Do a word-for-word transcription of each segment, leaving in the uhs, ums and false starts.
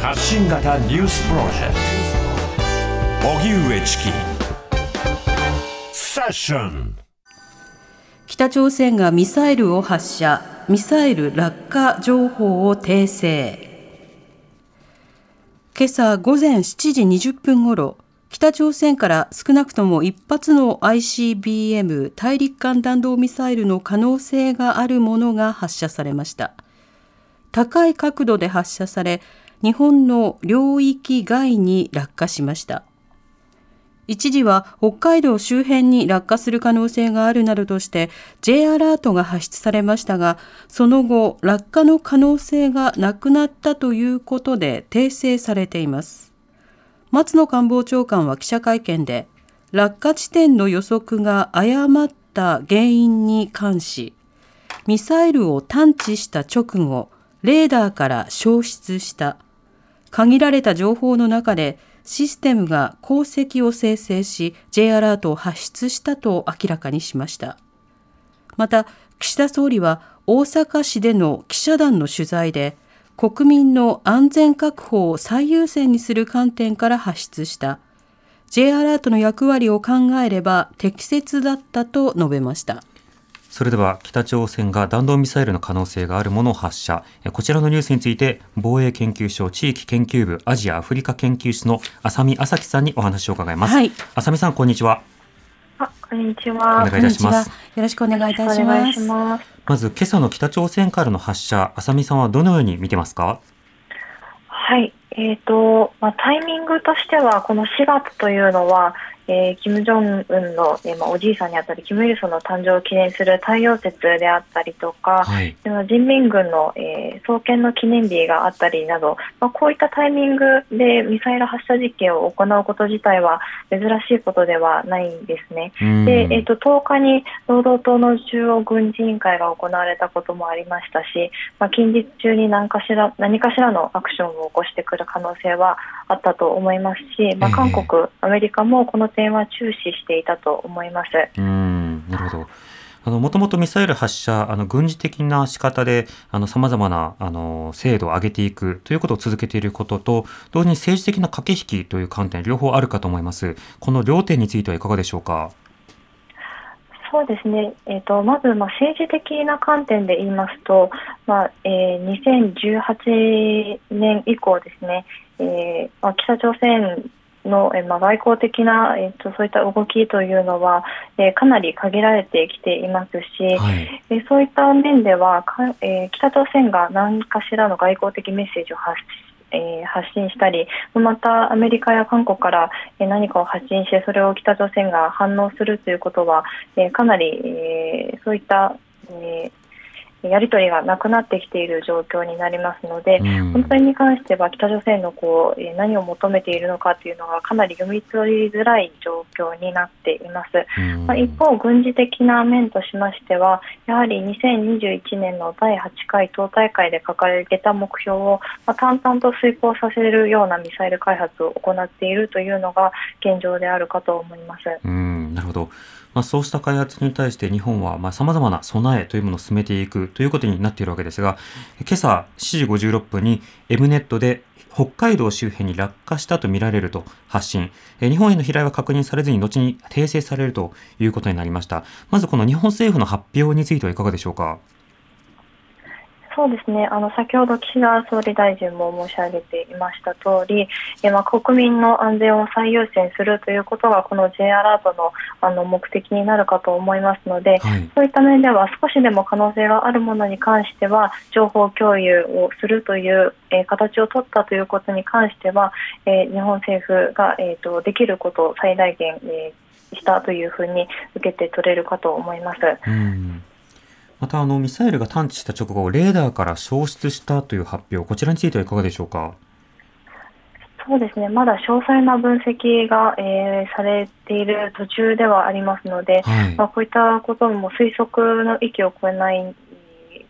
発信型ニュースプロジェクト荻上チキセッション。 北朝鮮がミサイルを発射、ミサイル落下情報を訂正。今朝午前しちじにじゅっぷんごろ、北朝鮮から少なくとも一発の アイシービーエム 大陸間弾道ミサイルの可能性があるものが発射されました。高い角度で発射され、日本の領域外に落下しました。一時は北海道周辺に落下する可能性があるなどとして J アラートが発出されましたが、その後落下の可能性がなくなったということで訂正されています。松野官房長官は記者会見で、落下地点の予測が誤った原因に関し、ミサイルを探知した直後、レーダーから消失した。限られた情報の中でシステムが航跡を生成し J アラートを発出したと明らかにしました。また岸田総理は大阪市での記者団の取材で、国民の安全確保を最優先にする観点から発出した J アラートの役割を考えれば適切だったと述べました。 それでは北朝鮮が弾道ミサイルの可能性があるものを発射、こちらのニュースについて防衛研究所地域研究部アジアアフリカ研究室の浅見朝樹さんにお話を伺います。はい、浅見さん、こんにちは。 あ、こんにちは。 お願いいたします。 よろしくお願いいたします。 ます。 まず今朝の北朝鮮からの発射、浅見さんはどのように見てますか？ はい、えーとまあ、タイミングとしてはこのしがつというのは、えー、キム・ジョンウンの、えーまあ、おじいさんにあたりキム・イルソンの誕生を記念する太陽節であったりとか、はい、人民軍の、えー、創建の記念日があったりなど、まあ、こういったタイミングでミサイル発射実験を行うこと自体は珍しいことではないんですね。で、えーと、とおかに労働党の中央軍事委員会が行われたこともありましたし、まあ、近日中に何かしら、何かしらのアクションを起こしてくる可能性はあったと思いますし、まあ、韓国、えー、アメリカもこの点は注視していたと思います。 うーん、なるほど。あの、もともとミサイル発射、あの、軍事的な仕方で、あの、様々な、あの、精度を上げていくということを続けていることと、同時に政治的な駆け引きという観点、両方あるかと思います。この両点についてはいかがでしょうか？ そうですね、えーと、まず、まあ、政治的な観点で言いますと、まあえー、にせんじゅうはちねん以降ですね、えーまあ、北朝鮮の、えーまあ、外交的な、えー、とそういった動きというのは、えー、かなり限られてきていますし、はい、えー、そういった面ではか、えー、北朝鮮が何かしらの外交的メッセージを発えー、発信したり、またアメリカや韓国から何かを発信してそれを北朝鮮が反応するということは、えー、かなり、えー、そういった、えーやり取りがなくなってきている状況になりますので、うん、この点に関しては北朝鮮のこう何を求めているのかというのがかなり読み取りづらい状況になっています。うん、まあ、一方、軍事的な面としましては、やはりにせんにじゅういちねんのだいはちかい党大会で掲げた目標を、まあ、淡々と遂行させるようなミサイル開発を行っているというのが現状であるかと思います。 うん、なるほど。まあ、そうした開発に対して日本はまあ様々な備えというものを進めていくということになっているわけですが、今朝しちじごじゅうろっぷんに エムネット で北海道周辺に落下したとみられると発信、日本への飛来は確認されずに後に訂正されるということになりました。まずこの日本政府の発表についてはいかがでしょうか？ そうですね、あの先ほど岸田総理大臣も申し上げていました通り、えまあ、国民の安全を最優先するということがこの J アラートの、あの目的になるかと思いますので、はい、そういった面では少しでも可能性があるものに関しては情報共有をするという、えー、形を取ったということに関しては、えー、日本政府が、えーと、できることを最大限、えー、したというふうに受けて取れるかと思います。 うん、またあのミサイルが探知した直後レーダーから消失したという発表、こちらについてはいかがでしょうか？ そうですね、まだ詳細な分析が、えー、されている途中ではありますので、はい、まあ、こういったことも推測の域を超えない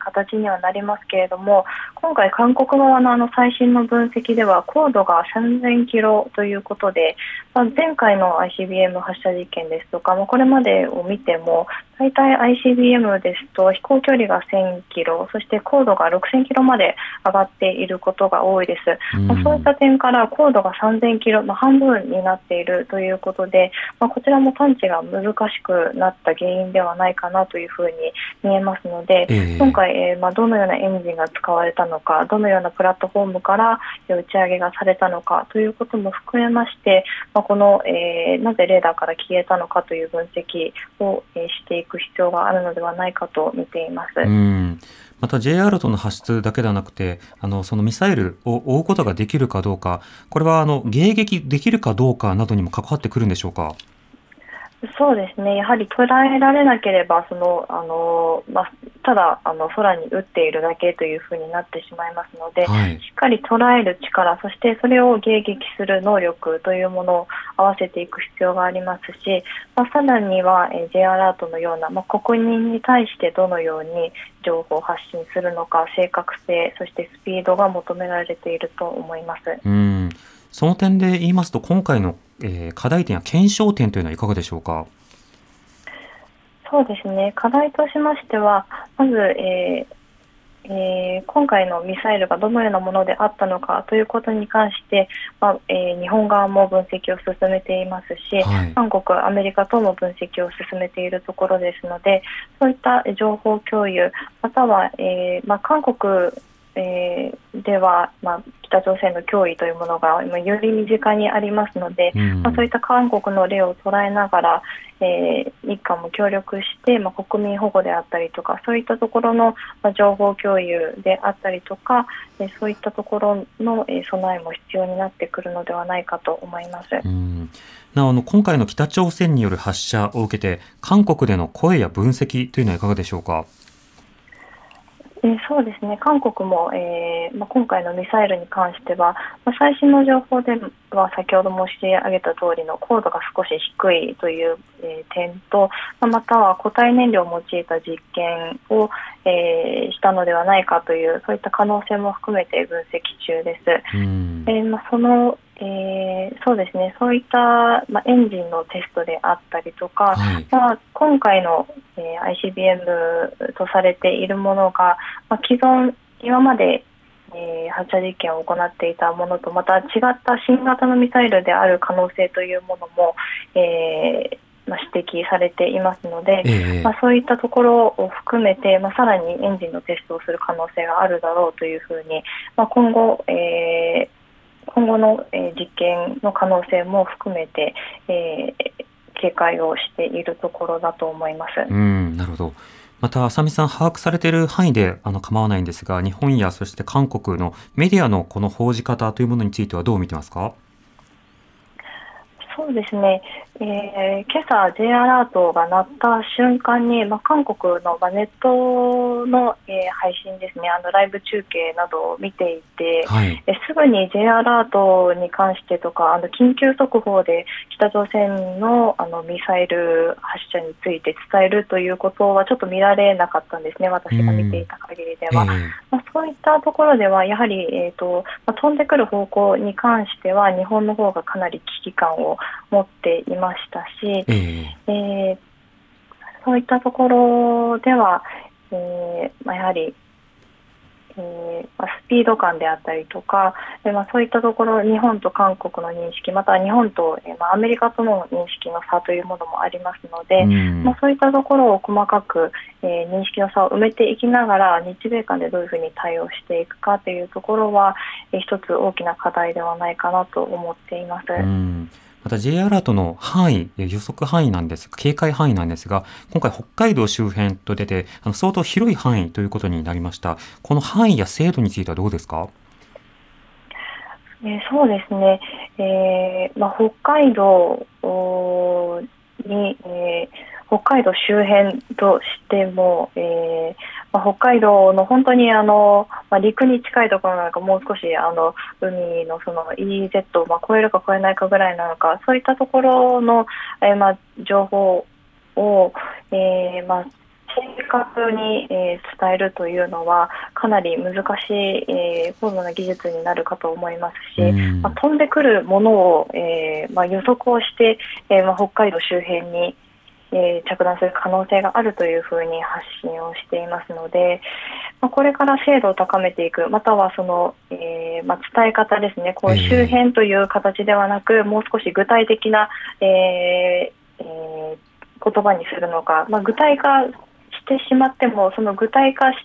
形にはなりますけれども、今回韓国側のあの最新の分析では高度がさんぜんキロということで、まあ、前回の アイシービーエム 発射実験ですとか、まあ、これまでを見ても大体 アイシービーエム ですと飛行距離がせんキロ、そして高度がろくせんキロまで上がっていることが多いです。まあ、そういった点から高度がさんぜんキロ、まあ、半分になっているということで、まあ、こちらも探知が難しくなった原因ではないかなというふうに見えますので、えー、今回、えーまあ、どのようなエンジンが使われたのか、どのようなプラットフォームから打ち上げがされたのかということも含めまして、まあ、この、えー、なぜレーダーから消えたのかという分析を、えー、していく必要があるのではないかと見ています。 うん、また ジェイアラートの発出だけではなくて、あのそのミサイルを追うことができるかどうか、これはあの迎撃できるかどうかなどにも関わってくるんでしょうか。 そうですね、やはり捉えられなければそのあの、まあ、ただあの空に撃っているだけというふうになってしまいますので、はい、しっかり捉える力、そしてそれを迎撃する能力というものを合わせていく必要がありますし、まあ、さらには、えー、J アラートのような、まあ、国民に対してどのように情報を発信するのか、正確性、そしてスピードが求められていると思います。 うん、その点で言いますと、今回のえー、課題点や検証点というのはいかがでしょうか。 そうですね、課題としましては、まず、えーえー、今回のミサイルがどのようなものであったのかということに関して、まあえー、日本側も分析を進めていますし、はい、韓国、アメリカとも分析を進めているところですので、そういった情報共有、または、えーまあ、韓国えー、では、まあ、北朝鮮の脅威というものがより身近にありますので、うんまあ、そういった韓国の例を捉えながら、えー、日韓も協力して、まあ、国民保護であったりとか、そういったところの、まあ、情報共有であったりとか、えー、そういったところの、えー、備えも必要になってくるのではないかと思います。 うんなお、あの今回の北朝鮮による発射を受けて、韓国での声や分析というのはいかがでしょうか。 えー、そうですね、韓国も、えーまあ、今回のミサイルに関しては、まあ、最新の情報では先ほど申し上げた通りの高度が少し低いという、えー、点と、まあ、または固体燃料を用いた実験を、えー、したのではないかというそういった可能性も含めて分析中です。うんえーまあ、そのえー、そうですね、そういった、まあ、エンジンのテストであったりとか、はいまあ、今回の、えー、アイシービーエム とされているものが、まあ、既存今まで、えー、発射実験を行っていたものとまた違った新型のミサイルである可能性というものも、えーまあ、指摘されていますので、えーまあ、そういったところを含めて、まあ、さらにエンジンのテストをする可能性があるだろうというふうに、まあ、今後、えー今後の、えー、実験の可能性も含めて、えー、警戒をしているところだと思います。 うんなるほど。また浅見さん、把握されている範囲であの構わないんですが、日本やそして韓国のメディアのこの報じ方というものについてはどう見てますか。 そうですね、えー、今朝 J アラートが鳴った瞬間に、まあ、韓国の、まあ、ネットの、えー、配信ですね、あのライブ中継などを見ていて、はい、えすぐに J アラートに関してとかあの緊急速報で北朝鮮 の, あのミサイル発射について伝えるということはちょっと見られなかったんですね、私が見ていた限りでは、えーまあ、そういったところではやはり、えーとまあ、飛んでくる方向に関しては日本の方がかなり危機感を持っていましたし、えーえー、そういったところでは、えーまあ、やはり、えーまあ、スピード感であったりとか、でまあ、そういったところ日本と韓国の認識、また日本と、えーまあ、アメリカとの認識の差というものもありますので、まあ、そういったところを細かく、えー、認識の差を埋めていきながら日米間でどういうふうに対応していくかというところは、えー、一つ大きな課題ではないかなと思っています。 うんまた J アラートの範囲、予測範囲なんですが、警戒範囲なんですが、今回北海道周辺と出て、あの相当広い範囲ということになりました。この範囲や精度についてはどうですか？ えー、そうですね、えーまあ、北海道に、えー、北海道周辺としても、えーまあ、北海道の本当にあの、まあ、陸に近いところなのか、もう少しあの海のその イーゼット をまあ超えるか超えないかぐらいなのか、そういったところの、えーまあ、情報を、えーまあ、 正確に、えー、伝えるというのはかなり難しい、えー、高度な技術になるかと思いますし、うんまあ、飛んでくるものを、えーまあ、予測をして、えーまあ、北海道周辺に、えー、着弾する可能性があるというふうに発信をしていますので、まあ、これから精度を高めていく、またはその、えーまあ、伝え方ですね、こう周辺という形ではなく、えー、もう少し具体的な、えーえー、言葉にするのか、まあ、具体化してしまってもその具体化した、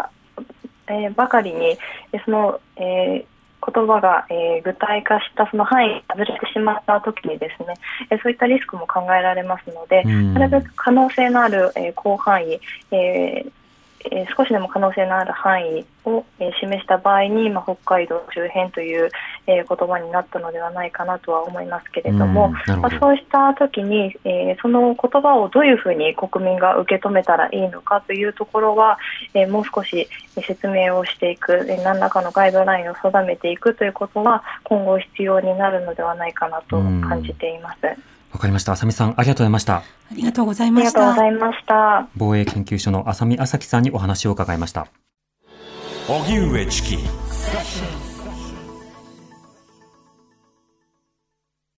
えー、ばかりにその、えー言葉が、えー、具体化したその範囲が外れてしまったときにですね、えー、そういったリスクも考えられますので、なるべく可能性のある、えー、広範囲、えーえー、少しでも可能性のある範囲を、えー、示した場合に、まあ、北海道周辺という、えー、言葉になったのではないかなとは思いますけれども、まあ、そうしたときに、えー、その言葉をどういうふうに国民が受け止めたらいいのかというところは、えー、もう少し説明をしていく、えー、何らかのガイドラインを定めていくということは今後必要になるのではないかなと感じています。 わかりました。浅見さん、ありがとうございました。 ありがとうございました。 ありがとうございました。 防衛研究所の浅見朝樹さんにお話を伺いました。 荻上チキ